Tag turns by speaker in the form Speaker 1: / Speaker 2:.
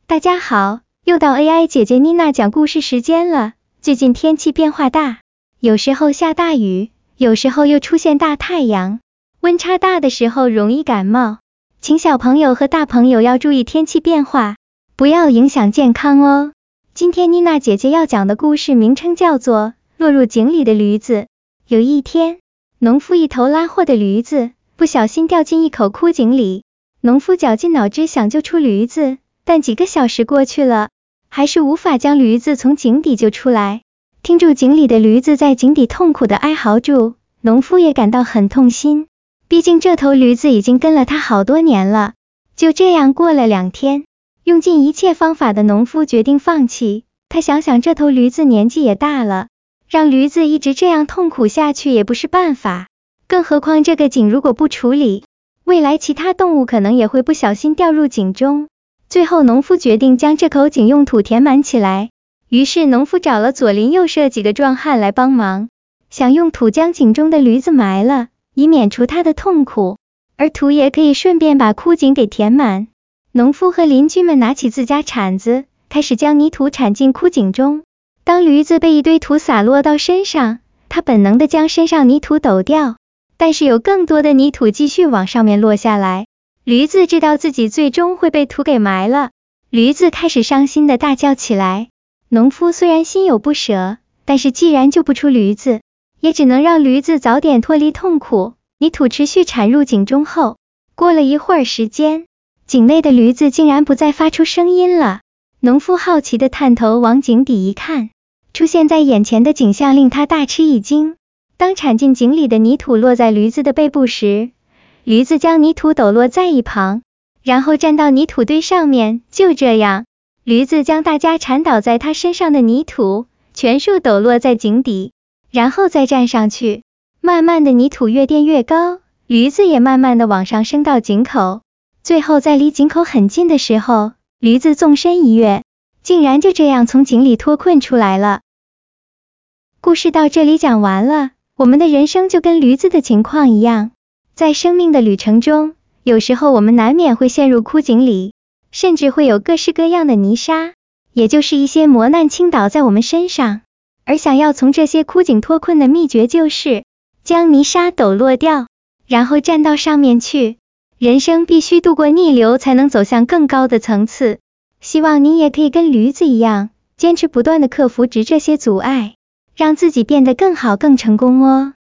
Speaker 1: 大家好，又到 AI 姐姐妮娜讲故事时间了。最近天气变化大，有时候下大雨，有时候又出现大太阳，温差大的时候容易感冒，请小朋友和大朋友要注意天气变化，不要影响健康哦。今天妮娜姐姐要讲的故事名称叫做落入井里的驴子。有一天，农夫一头拉货的驴子不小心掉进一口枯井里，农夫绞尽脑汁想救出驴子，但几个小时过去了，还是无法将驴子从井底救出来。听住井里的驴子在井底痛苦的哀嚎住，农夫也感到很痛心，毕竟这头驴子已经跟了他好多年了。就这样过了2天，用尽一切方法的农夫决定放弃。他想想这头驴子年纪也大了，让驴子一直这样痛苦下去也不是办法，更何况这个井如果不处理，未来其他动物可能也会不小心掉入井中。最后农夫决定将这口井用土填满起来，于是农夫找了左邻右舍几个壮汉来帮忙，想用土将井中的驴子埋了，以免除它的痛苦，而土也可以顺便把枯井给填满。农夫和邻居们拿起自家铲子，开始将泥土铲进枯井中。当驴子被一堆土洒落到身上，它本能地将身上泥土抖掉，但是有更多的泥土继续往上面落下来。驴子知道自己最终会被土给埋了，驴子开始伤心地大叫起来。农夫虽然心有不舍，但是既然救不出驴子，也只能让驴子早点脱离痛苦。泥土持续铲入井中后，过了一会儿时间，井内的驴子竟然不再发出声音了。农夫好奇地探头往井底一看，出现在眼前的景象令他大吃一惊。当铲进井里的泥土落在驴子的背部时，驴子将泥土抖落在一旁，然后站到泥土堆上面。就这样，驴子将大家铲倒在他身上的泥土全数抖落在井底，然后再站上去。慢慢的泥土越垫越高，驴子也慢慢的往上升到井口。最后在离井口很近的时候，驴子纵身一跃，竟然就这样从井里脱困出来了。故事到这里讲完了，我们的人生就跟驴子的情况一样，在生命的旅程中，有时候我们难免会陷入枯井里，甚至会有各式各样的泥沙，也就是一些磨难倾倒在我们身上。而想要从这些枯井脱困的秘诀就是将泥沙抖落掉，然后站到上面去。人生必须度过逆流才能走向更高的层次。希望您也可以跟驴子一样，坚持不断的克服这些阻碍，让自己变得更好更成功哦。